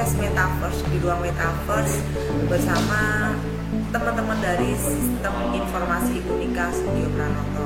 podcast Metaverse di ruang Metaverse bersama teman-teman dari Sistem Informasi Unika Studio Pranoto.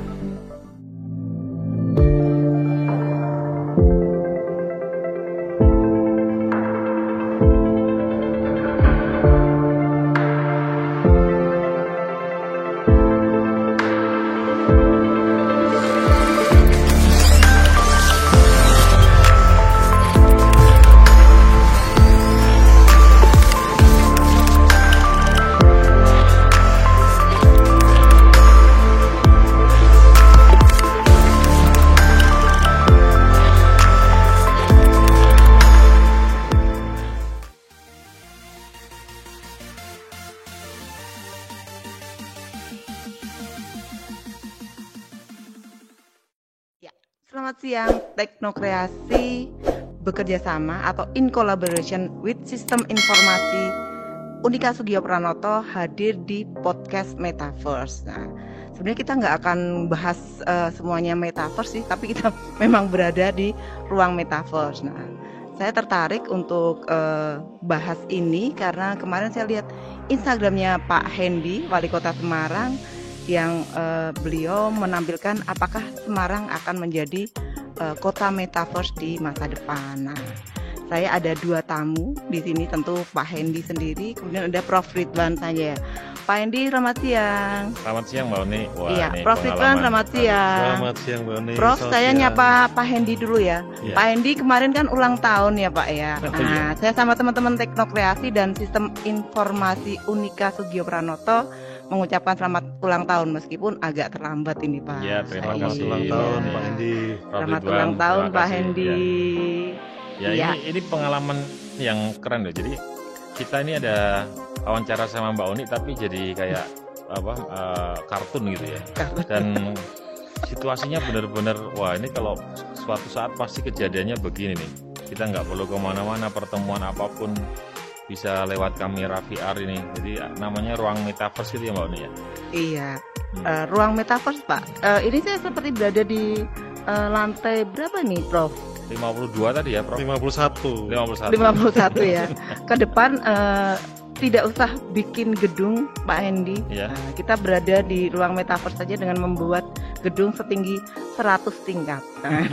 Selamat siang, Teknokreasi bekerja sama atau in collaboration with Sistem Informasi Unika Studio Pranoto hadir di podcast Metaverse. Nah, sebenarnya kita nggak akan bahas semuanya Metaverse sih, tapi kita memang berada di ruang Metaverse. Nah, saya tertarik untuk bahas ini karena kemarin saya lihat Instagramnya Pak Hendy, Wali Kota Semarang, yang beliau menampilkan apakah Semarang akan menjadi kota Metaverse di masa depan. Nah, saya ada dua tamu di sini, tentu Pak Hendy sendiri, kemudian ada Prof Ridwan saja. Pak Hendy, selamat siang. Selamat siang Mbak Oni. Iya, Prof Ridwan, selamat siang. Selamat siang Mbak Oni. Prof, saya nyapa Pak Hendy dulu ya. Ya. Pak Hendy kemarin kan ulang tahun ya Pak ya. Nah, saya sama teman-teman Teknokreasi dan Sistem Informasi Unika Studio Pranoto mengucapkan selamat ulang tahun meskipun agak terlambat ini Pak. Ya, terima Selamat kasih. ulang tahun Pak Hendy. Selamat ulang tahun Pak Hendy. Ya, ini pengalaman yang keren loh. Jadi kita ini ada wawancara sama Mbak Oni tapi jadi kayak kartun gitu ya. Dan situasinya benar-benar wah, ini kalau suatu saat pasti kejadiannya begini nih. Kita nggak perlu kemana-mana, pertemuan apapun bisa lewat kamera VR ini. Jadi namanya ruang Metaverse gitu ya Mbak Oni ya? Iya, ruang Metaverse Pak. Ini saya seperti berada di lantai berapa nih Prof? 52 tadi ya Prof? 51. 51 ya. Ke depan tidak usah bikin gedung Pak Hendy. Iya. Nah, kita berada di ruang Metaverse saja dengan membuat gedung setinggi 100 tingkat.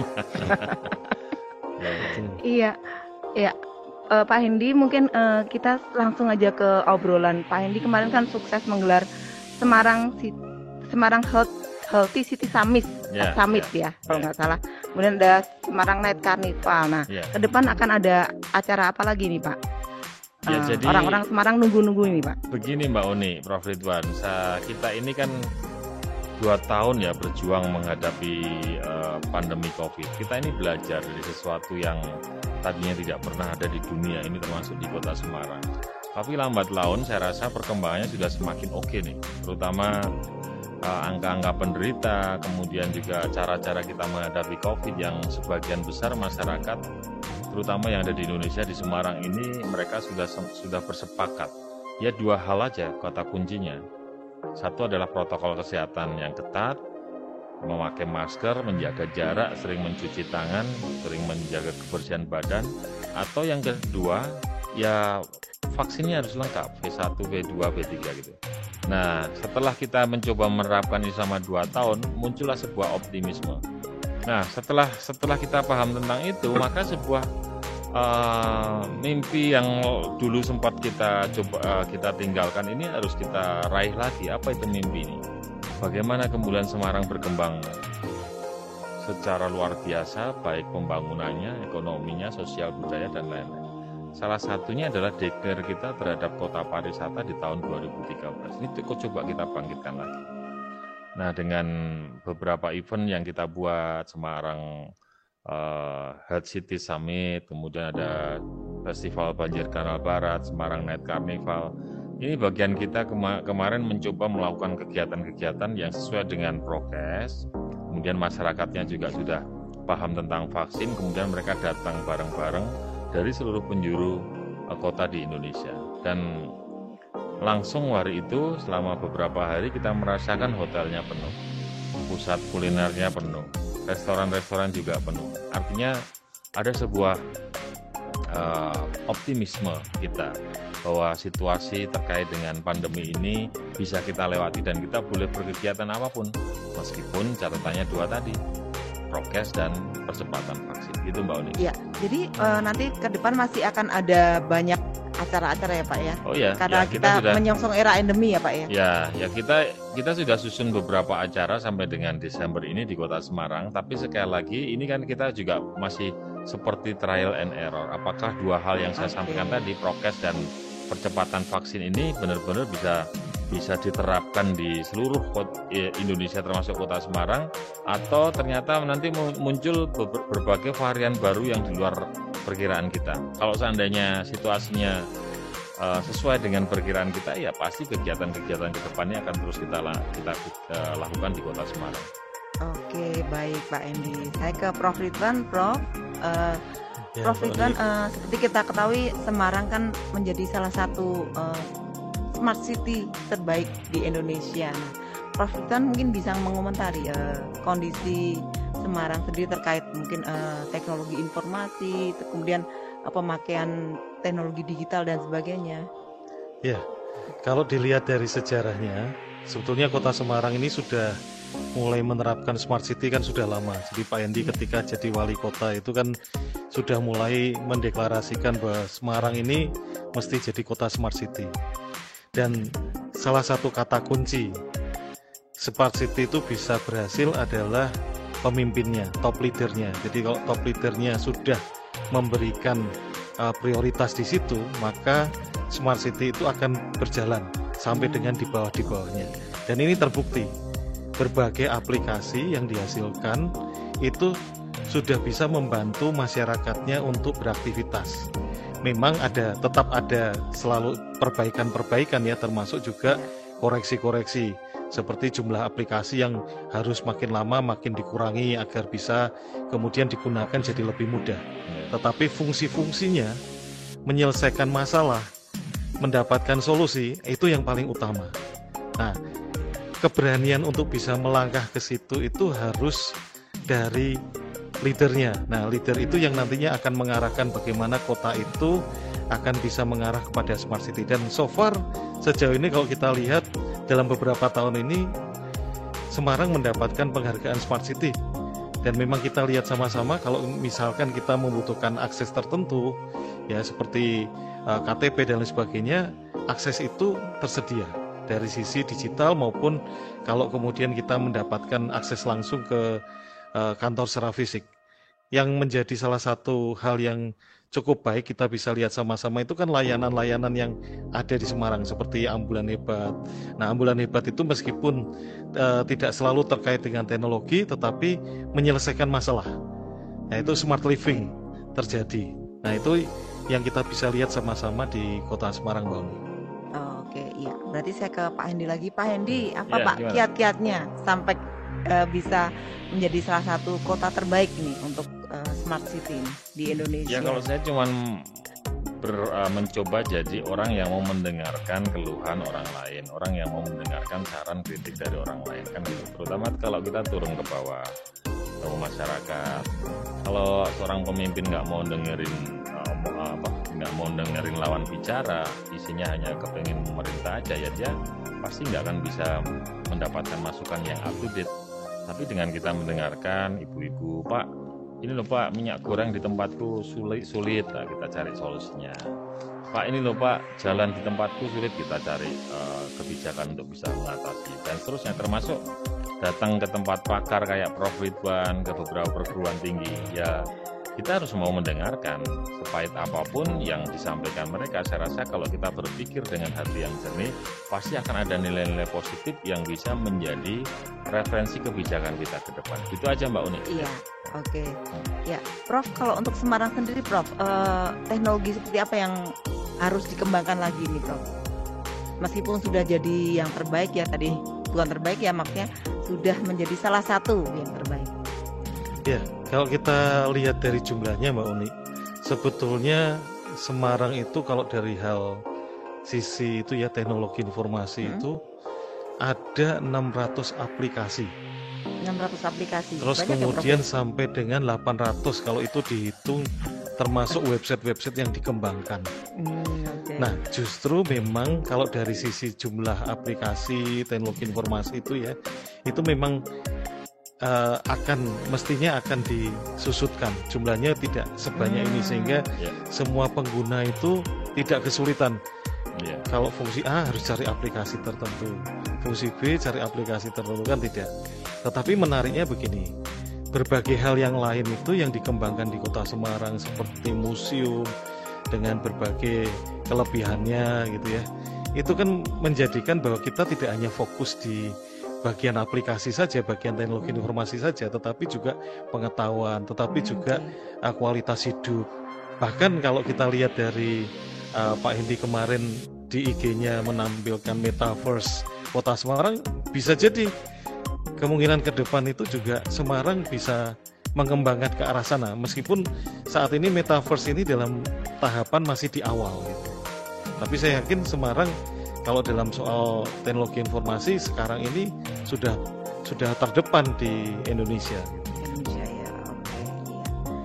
Iya, ya. Pak Hendy, mungkin kita langsung aja ke obrolan. Pak Hendy kemarin kan sukses menggelar Semarang Healthy City Summit, ya kalau nggak salah. Kemudian ada Semarang Night Carnival. Nah, ke depan akan ada acara apa lagi nih Pak? Jadi orang-orang Semarang nunggu-nunggu ini Pak. Begini Mbak Oni, Prof Ridwan, kita ini kan 2 tahun ya berjuang menghadapi pandemi COVID. Kita ini belajar dari sesuatu yang tadinya tidak pernah ada di dunia ini, termasuk di kota Semarang. Tapi lambat laun saya rasa perkembangannya sudah semakin oke nih, terutama angka-angka penderita, kemudian juga cara-cara kita menghadapi COVID yang sebagian besar masyarakat, terutama yang ada di Indonesia, di Semarang ini, mereka sudah bersepakat. Ya 2 hal aja kata kuncinya. Satu adalah protokol kesehatan yang ketat, memakai masker, menjaga jarak, sering mencuci tangan, sering menjaga kebersihan badan. Atau yang kedua, ya vaksinnya harus lengkap, V1, V2, V3 gitu. Nah, setelah kita mencoba menerapkan ini selama 2 tahun, muncullah sebuah optimisme. Nah, setelah kita paham tentang itu, maka sebuah mimpi yang dulu sempat kita tinggalkan ini harus kita raih lagi. Apa itu mimpi ini? Bagaimana kemudian Semarang berkembang secara luar biasa, baik pembangunannya, ekonominya, sosial budaya dan lain-lain. Salah satunya adalah deklar kita terhadap kota pariwisata di tahun 2013. Ini coba kita bangkitkan lagi. Nah, dengan beberapa event yang kita buat, Semarang Health City Summit, kemudian ada Festival Banjir Kanal Barat, Semarang Night Carnival. Ini bagian kita kemarin mencoba melakukan kegiatan-kegiatan yang sesuai dengan prokes. Kemudian masyarakatnya juga sudah paham tentang vaksin, kemudian mereka datang bareng-bareng dari seluruh penjuru kota di Indonesia. Dan langsung hari itu selama beberapa hari kita merasakan hotelnya penuh, pusat kulinernya penuh, restoran-restoran juga penuh. Artinya ada sebuah optimisme kita bahwa situasi terkait dengan pandemi ini bisa kita lewati dan kita boleh berkegiatan apapun, meskipun catatannya dua tadi, prokes dan percepatan vaksin. Gitu Mbak Uni. Ya, jadi nanti ke depan masih akan ada banyak acara-acara ya Pak ya? Oh ya, karena ya, kita sudah menyongsong era endemi ya Pak ya? Ya kita sudah susun beberapa acara sampai dengan Desember ini di Kota Semarang. Tapi sekali lagi ini kan kita juga masih seperti trial and error. Apakah dua hal yang saya sampaikan tadi, prokes dan percepatan vaksin ini benar-benar bisa diterapkan di seluruh Indonesia termasuk Kota Semarang, atau ternyata nanti muncul berbagai varian baru yang di luar perkiraan kita. Kalau seandainya situasinya sesuai dengan perkiraan kita, ya pasti kegiatan-kegiatan ke depannya akan terus kita lakukan di Kota Semarang. Oke, baik Pak Endi. Saya ke Prof. Ridwan. Prof, Prof. Ridwan, seperti kita ketahui Semarang kan menjadi salah satu smart city terbaik di Indonesia. Nah, Prof. Ridwan mungkin bisa mengomentari kondisi Semarang sendiri terkait mungkin teknologi informasi, kemudian pemakaian teknologi digital dan sebagainya. Ya, kalau dilihat dari sejarahnya, sebetulnya Kota Semarang ini sudah mulai menerapkan smart city kan sudah lama. Jadi Pak Endi ketika jadi wali kota itu kan sudah mulai mendeklarasikan bahwa Semarang ini mesti jadi kota smart city. Dan salah satu kata kunci smart city itu bisa berhasil adalah pemimpinnya, top leadernya. Jadi kalau top leadernya sudah memberikan prioritas di situ, maka smart city itu akan berjalan sampai dengan di bawahnya. Dan ini terbukti. Berbagai aplikasi yang dihasilkan itu sudah bisa membantu masyarakatnya untuk beraktivitas. Memang tetap ada selalu perbaikan-perbaikan ya, termasuk juga koreksi-koreksi seperti jumlah aplikasi yang harus makin lama makin dikurangi agar bisa kemudian digunakan jadi lebih mudah. Tetapi fungsi-fungsinya menyelesaikan masalah, mendapatkan solusi, itu yang paling utama. Nah, keberanian untuk bisa melangkah ke situ itu harus dari leadernya. Nah, leader itu yang nantinya akan mengarahkan bagaimana kota itu akan bisa mengarah kepada smart city. Dan so far sejauh ini kalau kita lihat dalam beberapa tahun ini Semarang mendapatkan penghargaan smart city. Dan memang kita lihat sama-sama kalau misalkan kita membutuhkan akses tertentu ya seperti KTP dan lain sebagainya, akses itu tersedia dari sisi digital maupun kalau kemudian kita mendapatkan akses langsung ke kantor secara fisik. Yang menjadi salah satu hal yang cukup baik kita bisa lihat sama-sama itu kan layanan-layanan yang ada di Semarang seperti ambulan hebat. Nah, ambulan hebat itu meskipun tidak selalu terkait dengan teknologi tetapi menyelesaikan masalah. Nah, itu smart living terjadi. Nah, itu yang kita bisa lihat sama-sama di Kota Semarang, Mbak Uni. Oke, iya. Berarti saya ke Pak Hendi lagi. Pak Hendi, apa Ya, Pak gimana? kiat-kiatnya sampai bisa menjadi salah satu kota terbaik nih untuk smart city ini di Indonesia? Ya kalau saya cuman mencoba jadi orang yang mau mendengarkan keluhan orang lain, orang yang mau mendengarkan saran kritik dari orang lain kan gitu. Terutama kalau kita turun ke bawah, ke masyarakat. Kalau seorang pemimpin nggak mau dengerin lawan bicara, isinya hanya kepengen memerintah aja, ya dia pasti nggak akan bisa mendapatkan masukan yang up to date. Tapi dengan kita mendengarkan ibu-ibu, Pak, ini loh Pak, minyak goreng di tempatku sulit, nah, kita cari solusinya. Pak, ini loh Pak, jalan di tempatku sulit, kita cari kebijakan untuk bisa mengatasi. Dan seterusnya, termasuk datang ke tempat pakar kayak Prof. Ridwan, ke beberapa perguruan tinggi, ya kita harus mau mendengarkan. Sepahit apapun yang disampaikan mereka, saya rasa kalau kita berpikir dengan hati yang jernih, pasti akan ada nilai-nilai positif yang bisa menjadi referensi kebijakan kita ke depan. Itu aja Mbak Uni. Iya, oke. Ya, Prof, kalau untuk Semarang sendiri, Prof, teknologi seperti apa yang harus dikembangkan lagi nih, Prof? Meskipun sudah jadi yang terbaik ya tadi, bukan terbaik ya, maksudnya sudah menjadi salah satu yang terbaik. Ya, kalau kita lihat dari jumlahnya Mbak Uni, sebetulnya Semarang itu kalau dari hal sisi itu ya teknologi informasi itu ada 600 aplikasi. 600 aplikasi. Terus banyak kemudian ya, Prof? sampai dengan 800 kalau itu dihitung termasuk website-website yang dikembangkan. Oke. Nah, justru memang kalau dari sisi jumlah aplikasi teknologi informasi itu ya, itu memang mestinya akan disusutkan, jumlahnya tidak sebanyak ini sehingga semua pengguna itu tidak kesulitan. Kalau fungsi A harus cari aplikasi tertentu, fungsi B cari aplikasi tertentu, kan tidak. Tetapi menariknya begini, berbagai hal yang lain itu yang dikembangkan di Kota Semarang seperti museum dengan berbagai kelebihannya gitu ya, itu kan menjadikan bahwa kita tidak hanya fokus di bagian aplikasi saja, bagian teknologi informasi saja, tetapi juga pengetahuan, tetapi juga kualitas hidup. Bahkan kalau kita lihat dari Pak Hendy kemarin di IG-nya menampilkan Metaverse Kota Semarang, bisa jadi kemungkinan ke depan itu juga Semarang bisa mengembangkan ke arah sana, meskipun saat ini Metaverse ini dalam tahapan masih di awal gitu. Tapi saya yakin Semarang kalau dalam soal teknologi informasi sekarang ini sudah terdepan di Indonesia. Indonesia ya, oke. Iya.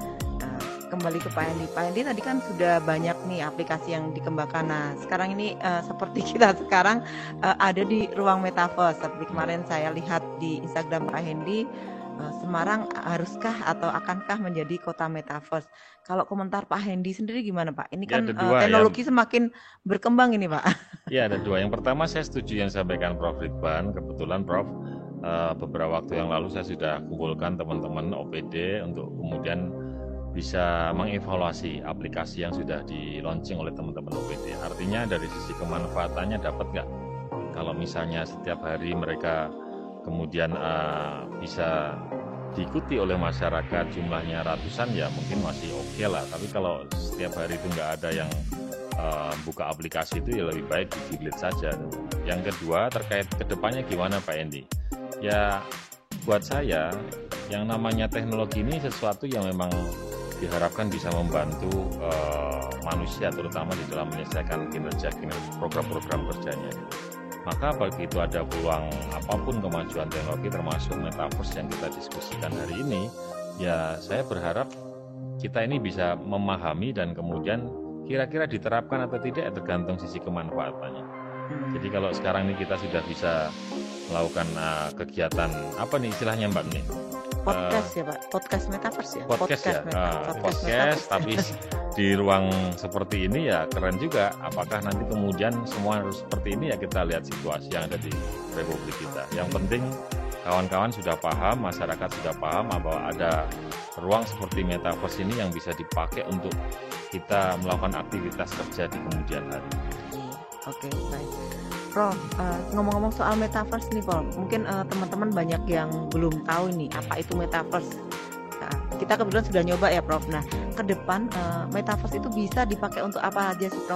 Kembali ke Pak Hendy. Pak Hendy tadi kan sudah banyak nih aplikasi yang dikembangkan. Nah, sekarang ini seperti kita sekarang ada di ruang Metaverse. Seperti kemarin saya lihat di Instagram Pak Hendy, Semarang haruskah atau akankah menjadi kota Metaverse? Kalau komentar Pak Hendy sendiri gimana Pak? Ini kan teknologi semakin berkembang ini Pak. Ya, ada dua. Yang pertama saya setuju yang disampaikan Prof. Ridwan. Kebetulan Prof, beberapa waktu yang lalu saya sudah kumpulkan teman-teman OPD untuk kemudian bisa mengevaluasi aplikasi yang sudah di-launching oleh teman-teman OPD. Artinya dari sisi kemanfaatannya dapat nggak? Kalau misalnya setiap hari mereka kemudian bisa diikuti oleh masyarakat jumlahnya ratusan, ya mungkin masih oke lah. Tapi kalau setiap hari itu nggak ada yang buka aplikasi itu, ya lebih baik di-delete saja. Yang kedua terkait kedepannya gimana Pak Hendy? Ya buat saya yang namanya teknologi ini sesuatu yang memang diharapkan bisa membantu manusia, terutama di dalam menyelesaikan kinerja program-program kerjanya. Maka begitu ada peluang apapun kemajuan teknologi termasuk Metaverse yang kita diskusikan hari ini, ya saya berharap kita ini bisa memahami dan kemudian kira-kira diterapkan atau tidak tergantung sisi kemanfaatannya. Jadi kalau sekarang ini kita sudah bisa melakukan kegiatan, apa nih istilahnya Mbak nih? Podcast ya Pak, podcast Metaverse ya? Podcast tapi di ruang seperti ini ya keren juga. Apakah nanti kemudian semua harus seperti ini, ya kita lihat situasi yang ada di Republik kita. Yang penting kawan-kawan sudah paham, masyarakat sudah paham bahwa ada ruang seperti Metaverse ini yang bisa dipakai untuk kita melakukan aktivitas kerja di kemudian hari. Oke, baik. Prof, ngomong-ngomong soal Metaverse nih Prof, mungkin teman-teman banyak yang belum tahu nih apa itu Metaverse. Nah, kita kebetulan sudah nyoba ya Prof. Nah, ke depan Metaverse itu bisa dipakai untuk apa aja sih Prof?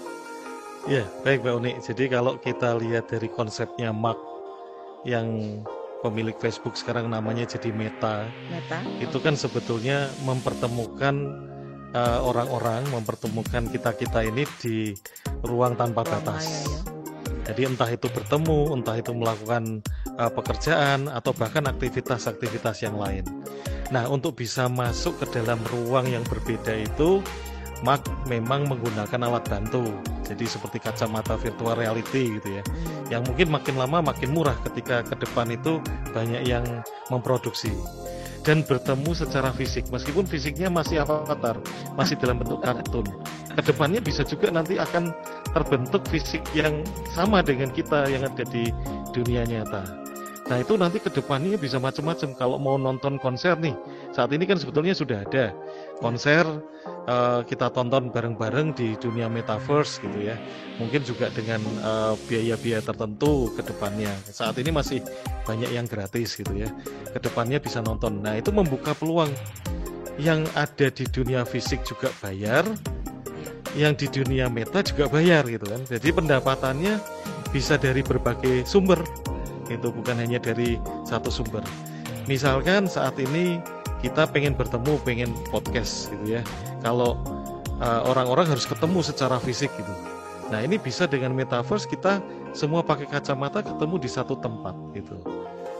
Ya, baik Mbak Uni. Jadi kalau kita lihat dari konsepnya Mark yang pemilik Facebook sekarang namanya jadi Meta. Itu kan sebetulnya mempertemukan orang-orang, mempertemukan kita-kita ini di ruang tanpa batas. Jadi entah itu bertemu, entah itu melakukan pekerjaan atau bahkan aktivitas-aktivitas yang lain. Nah, untuk bisa masuk ke dalam ruang yang berbeda itu, Mark memang menggunakan alat bantu. Jadi seperti kacamata virtual reality gitu ya. Yang mungkin makin lama makin murah ketika ke depan itu banyak yang memproduksi. Dan bertemu secara fisik, meskipun fisiknya masih avatar, masih dalam bentuk kartun. Kedepannya bisa juga nanti akan terbentuk fisik yang sama dengan kita yang ada di dunia nyata. Nah itu nanti kedepannya bisa macam-macam. Kalau mau nonton konser nih, saat ini kan sebetulnya sudah ada konser kita tonton bareng-bareng di dunia Metaverse gitu ya. Mungkin juga dengan biaya-biaya tertentu kedepannya. Saat ini masih banyak yang gratis gitu ya. Kedepannya bisa nonton. Nah itu membuka peluang yang ada di dunia fisik juga bayar, yang di dunia meta juga bayar gitu kan. Jadi pendapatannya bisa dari berbagai sumber. Itu bukan hanya dari satu sumber. Misalkan saat ini kita pengen bertemu, pengen podcast gitu ya. Kalau orang-orang harus ketemu secara fisik gitu. Nah ini bisa dengan Metaverse kita semua pakai kacamata ketemu di satu tempat gitu.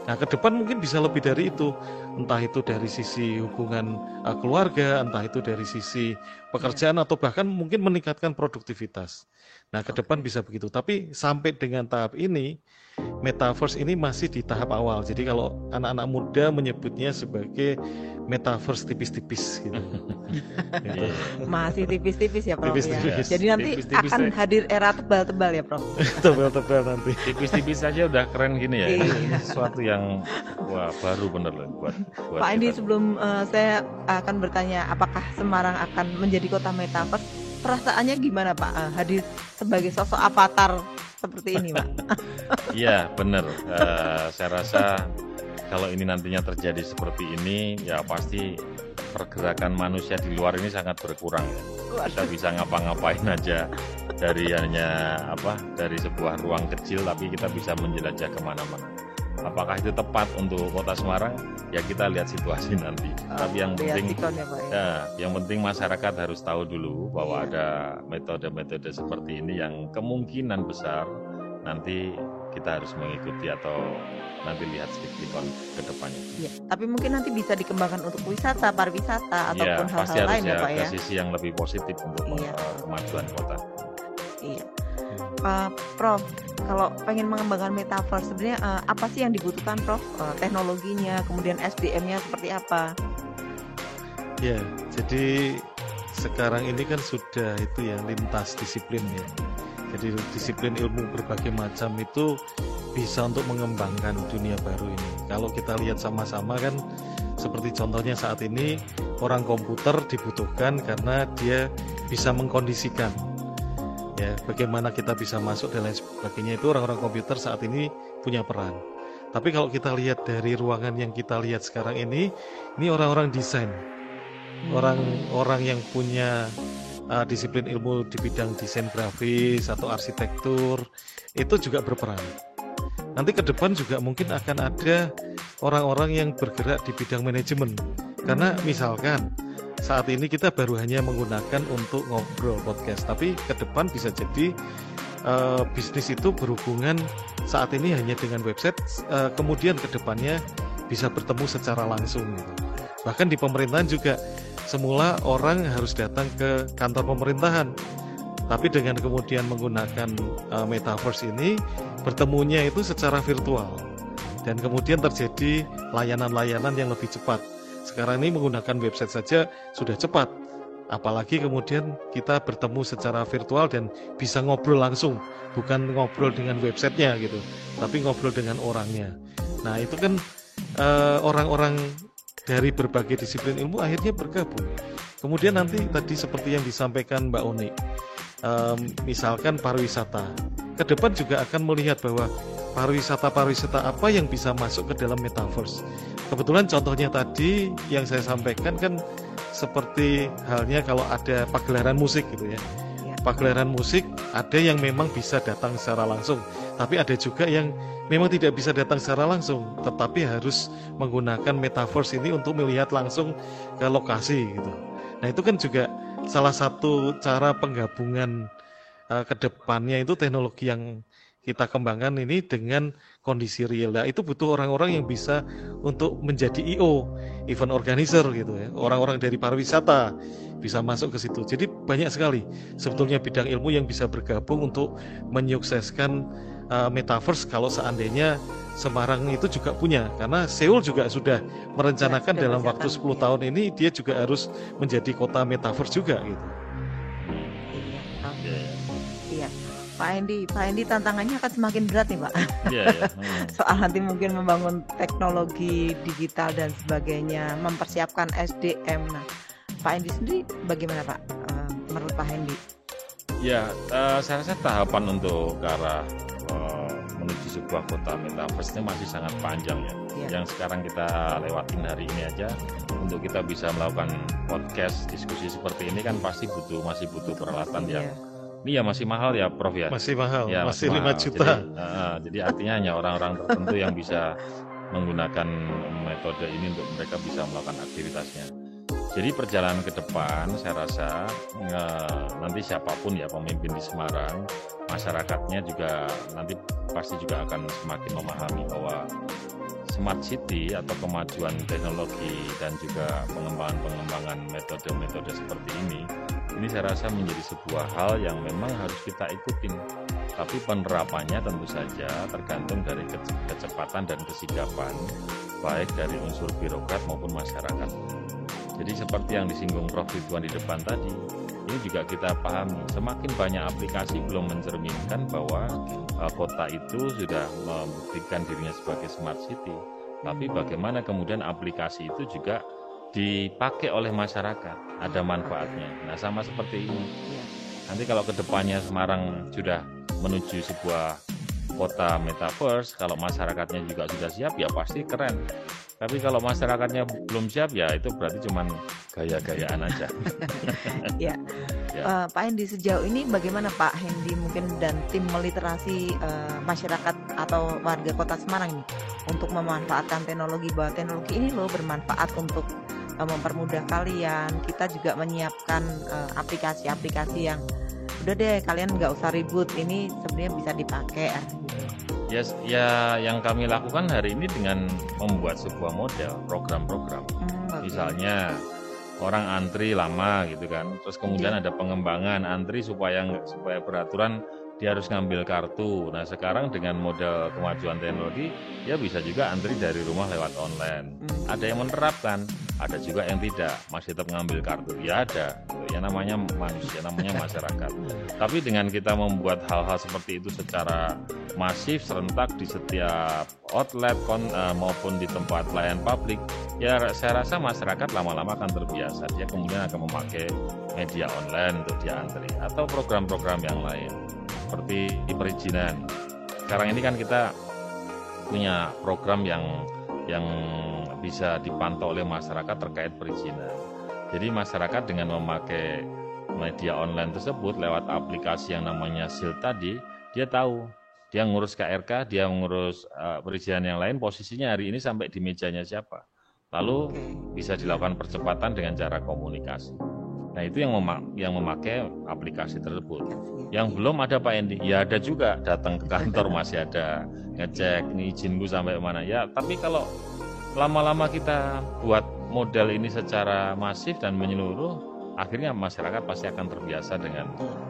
Nah, ke depan mungkin bisa lebih dari itu. Entah itu dari sisi hubungan keluarga, entah itu dari sisi pekerjaan, atau bahkan mungkin meningkatkan produktivitas. Nah, ke depan bisa begitu. Tapi sampai dengan tahap ini, metaverse ini masih di tahap awal. Jadi kalau anak-anak muda menyebutnya sebagai metaverse tipis-tipis gitu. Gitu. Masih tipis-tipis ya Prof. Tipis-tipis. Ya. Jadi nanti Tipis-tipis akan deh. hadir era tebal-tebal ya Prof. Tebal-tebal nanti. Tipis-tipis saja udah keren gini ya. Iya. Ini sesuatu yang wah baru bener loh buat Pak Andi, kita. sebelum saya akan bertanya apakah Semarang akan menjadi kota metaverse, perasaannya gimana Pak hadir sebagai sosok avatar seperti ini Pak? Iya benar. Saya rasa kalau ini nantinya terjadi seperti ini, ya pasti pergerakan manusia di luar ini sangat berkurang. Kita bisa ngapa-ngapain aja dari dari sebuah ruang kecil, tapi kita bisa menjelajah kemana-mana. Apakah itu tepat untuk Kota Semarang? Ya kita lihat situasi nanti. Tapi yang penting, Sikon ya Pak. ya, yang penting masyarakat harus tahu dulu bahwa ada metode-metode seperti ini yang kemungkinan besar nanti kita harus mengikuti atau nanti lihat sedikit ke depannya. Ya, tapi mungkin nanti bisa dikembangkan untuk wisata, pariwisata, Ya, ataupun pasti hal-hal harus lain ya Pak ke ya. sisi yang lebih positif untuk Iya. kemajuan kota. Iya. Prof, kalau pengen mengembangkan metaverse sebenarnya apa sih yang dibutuhkan Prof? Teknologinya, kemudian SDM-nya seperti apa? Ya, jadi sekarang ini kan sudah itu ya lintas disiplin ya. Jadi disiplin ilmu berbagai macam itu bisa untuk mengembangkan dunia baru ini. Kalau kita lihat sama-sama kan seperti contohnya saat ini orang komputer dibutuhkan karena dia bisa mengkondisikan ya bagaimana kita bisa masuk dan lain sebagainya, itu orang-orang komputer saat ini punya peran. Tapi kalau kita lihat dari ruangan yang kita lihat sekarang ini orang-orang desain, orang-orang yang punya disiplin ilmu di bidang desain grafis atau arsitektur itu juga berperan. Nanti ke depan juga mungkin akan ada orang-orang yang bergerak di bidang manajemen. Karena misalkan saat ini kita baru hanya menggunakan untuk ngobrol podcast, tapi ke depan bisa jadi bisnis itu berhubungan saat ini hanya dengan website, kemudian ke depannya bisa bertemu secara langsung gitu. Bahkan di pemerintahan juga semula orang harus datang ke kantor pemerintahan, tapi dengan kemudian menggunakan metaverse ini bertemunya itu secara virtual dan kemudian terjadi layanan-layanan yang lebih cepat. Sekarang ini menggunakan website saja sudah cepat, apalagi kemudian kita bertemu secara virtual dan bisa ngobrol langsung, bukan ngobrol dengan websitenya gitu, tapi ngobrol dengan orangnya. Nah itu kan orang-orang dari berbagai disiplin ilmu akhirnya bergabung. Kemudian nanti tadi seperti yang disampaikan Mbak Oni, misalkan pariwisata, ke depan juga akan melihat bahwa pariwisata apa yang bisa masuk ke dalam metaverse. Kebetulan contohnya tadi yang saya sampaikan kan seperti halnya kalau ada pagelaran musik gitu ya. Pagelaran musik ada yang memang bisa datang secara langsung, tapi ada juga yang memang tidak bisa datang secara langsung, tetapi harus menggunakan metaverse ini untuk melihat langsung ke lokasi gitu. Nah itu kan juga salah satu cara penggabungan ke depannya itu teknologi yang kita kembangkan ini dengan kondisi real. Nah, itu butuh orang-orang yang bisa untuk menjadi EO, event organizer gitu ya. Orang-orang dari pariwisata bisa masuk ke situ. Jadi banyak sekali sebetulnya bidang ilmu yang bisa bergabung untuk menyukseskan metaverse kalau seandainya Semarang itu juga punya. Karena Seoul juga sudah merencanakan dalam waktu 10 tahun ini dia juga harus menjadi kota metaverse juga gitu. Pak Andi tantangannya akan semakin berat nih Pak. Soal nanti mungkin membangun teknologi digital dan sebagainya, mempersiapkan SDM. Nah, Pak Andi sendiri bagaimana Pak? Menurut Pak Andi? Ya, saya rasa tahapan untuk ke arah menuju sebuah kota metaverse-nya masih sangat panjang ya. Yang sekarang kita lewatin hari ini aja, untuk kita bisa melakukan podcast, diskusi seperti ini kan masih butuh peralatan yang ini ya masih mahal ya Prof ya? Masih mahal, ya, masih 5 mahal. juta. Jadi artinya hanya orang-orang tertentu yang bisa menggunakan metode ini untuk mereka bisa melakukan aktivitasnya. Jadi perjalanan ke depan saya rasa nanti siapapun ya pemimpin di Semarang, masyarakatnya juga nanti pasti juga akan semakin memahami bahwa smart city atau kemajuan teknologi dan juga pengembangan metode-metode seperti ini saya rasa menjadi sebuah hal yang memang harus kita ikutin. Tapi penerapannya tentu saja tergantung dari kecepatan dan kesigapan baik dari unsur birokrat maupun masyarakat. Jadi seperti yang disinggung Prof. Ridwan di depan tadi, ini juga kita pahami semakin banyak aplikasi belum mencerminkan bahwa kota itu sudah membuktikan dirinya sebagai smart city. Tapi bagaimana kemudian aplikasi itu juga dipakai oleh masyarakat, ada manfaatnya. Nah, sama seperti ini. Nanti kalau kedepannya Semarang sudah menuju sebuah kota metaverse, kalau masyarakatnya juga sudah siap, ya pasti keren. Tapi kalau masyarakatnya belum siap, ya itu berarti cuma gaya-gayaan aja. Ya. Pak Hendy, sejauh ini bagaimana Pak Hendy mungkin dan tim meliterasi masyarakat atau warga kota Semarang ini untuk memanfaatkan teknologi, bahwa teknologi ini loh bermanfaat untuk mempermudah kalian. Kita juga menyiapkan aplikasi-aplikasi yang udah deh kalian nggak usah ribut, ini sebenarnya bisa dipakai gitu. Ya, yang kami lakukan hari ini dengan membuat sebuah model program-program. Misalnya orang antri lama gitu kan, terus kemudian ada pengembangan antri supaya beraturan dia harus ngambil kartu. Nah, sekarang dengan model kemajuan teknologi, dia bisa juga antri dari rumah lewat online. Ada yang menerapkan, ada juga yang tidak, masih tetap ngambil kartu. Ya ada, yang namanya manusia, namanya masyarakat. Tapi dengan kita membuat hal-hal seperti itu secara masif, serentak di setiap outlet maupun di tempat pelayanan publik, ya saya rasa masyarakat lama-lama akan terbiasa. Dia kemudian akan memakai media online untuk dia antri, atau program-program yang lain seperti perizinan. Sekarang ini kan kita punya program yang bisa dipantau oleh masyarakat terkait perizinan. Jadi masyarakat dengan memakai media online tersebut lewat aplikasi yang namanya SIL tadi, dia tahu dia ngurus KRK, dia ngurus perizinan yang lain, posisinya hari ini sampai di mejanya siapa. Lalu bisa dilakukan percepatan dengan cara komunikasi. Nah, itu yang memakai aplikasi tersebut. Yang belum ada Pak Hendy, ya ada juga, datang ke kantor masih ada, ngecek ini izinku sampai mana. Ya, tapi kalau lama-lama kita buat model ini secara masif dan menyeluruh, akhirnya masyarakat pasti akan terbiasa dengan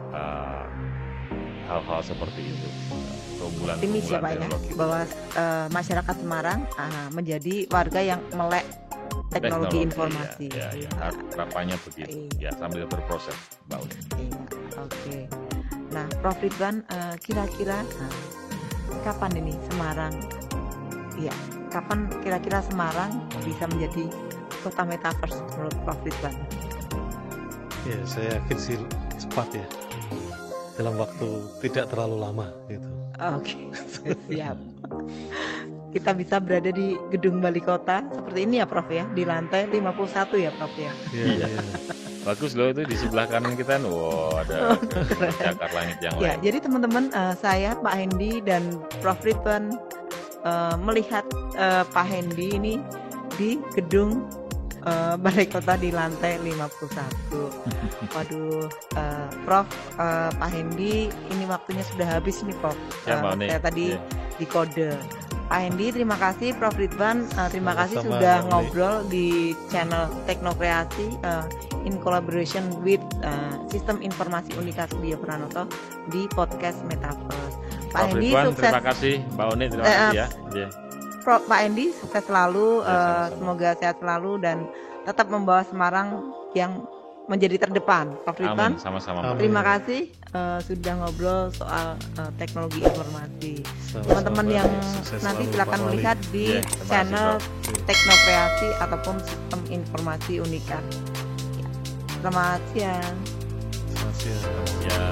hal-hal seperti itu. Optimis ya Pak ya, bahwa masyarakat Semarang menjadi warga yang melek teknologi informasi. Ya, harapannya begitu. Ya, sambil berproses, Mbak Uni. Oke. Nah, Prof. Ridwan, kira-kira kapan ini Semarang? Iya, kapan kira-kira Semarang bisa menjadi kota metaverse menurut Prof. Ridwan? Ya, saya yakin sih cepat ya. Dalam waktu tidak terlalu lama gitu. Oke, siap. Kita bisa berada di gedung balai kota seperti ini ya Prof ya, di lantai 51 ya Prof ya. Iya. Bagus loh itu di sebelah kanan kita. Wow, ada cakar langit yang lain. Ya, jadi teman-teman, saya Pak Hendy dan Prof Ridwan melihat Pak Hendy ini di gedung balai kota di lantai 51. Waduh, Prof, Pak Hendy, ini waktunya sudah habis nih Prof. Saya tadi di kode. Pak Hendy, terima kasih. Prof Ridwan, terima kasih sudah ngobrol di channel Teknokreasi in collaboration with Sistem Informasi Unika Studio Pranoto di podcast Metaverse. Pak Hendy, sukses. Terima kasih, Mbak Oni, terima kasih ya. Prof, Pak Hendy, sukses selalu. Semoga sehat selalu dan tetap membawa Semarang yang menjadi terdepan. Prof Ridwan, sama-sama. Terima kasih sudah ngobrol soal teknologi informasi. Teman-teman yang nanti silakan melihat di channel Teknokreasi ataupun Sistem Informasi Unika. Selamat siang. Selamat siang.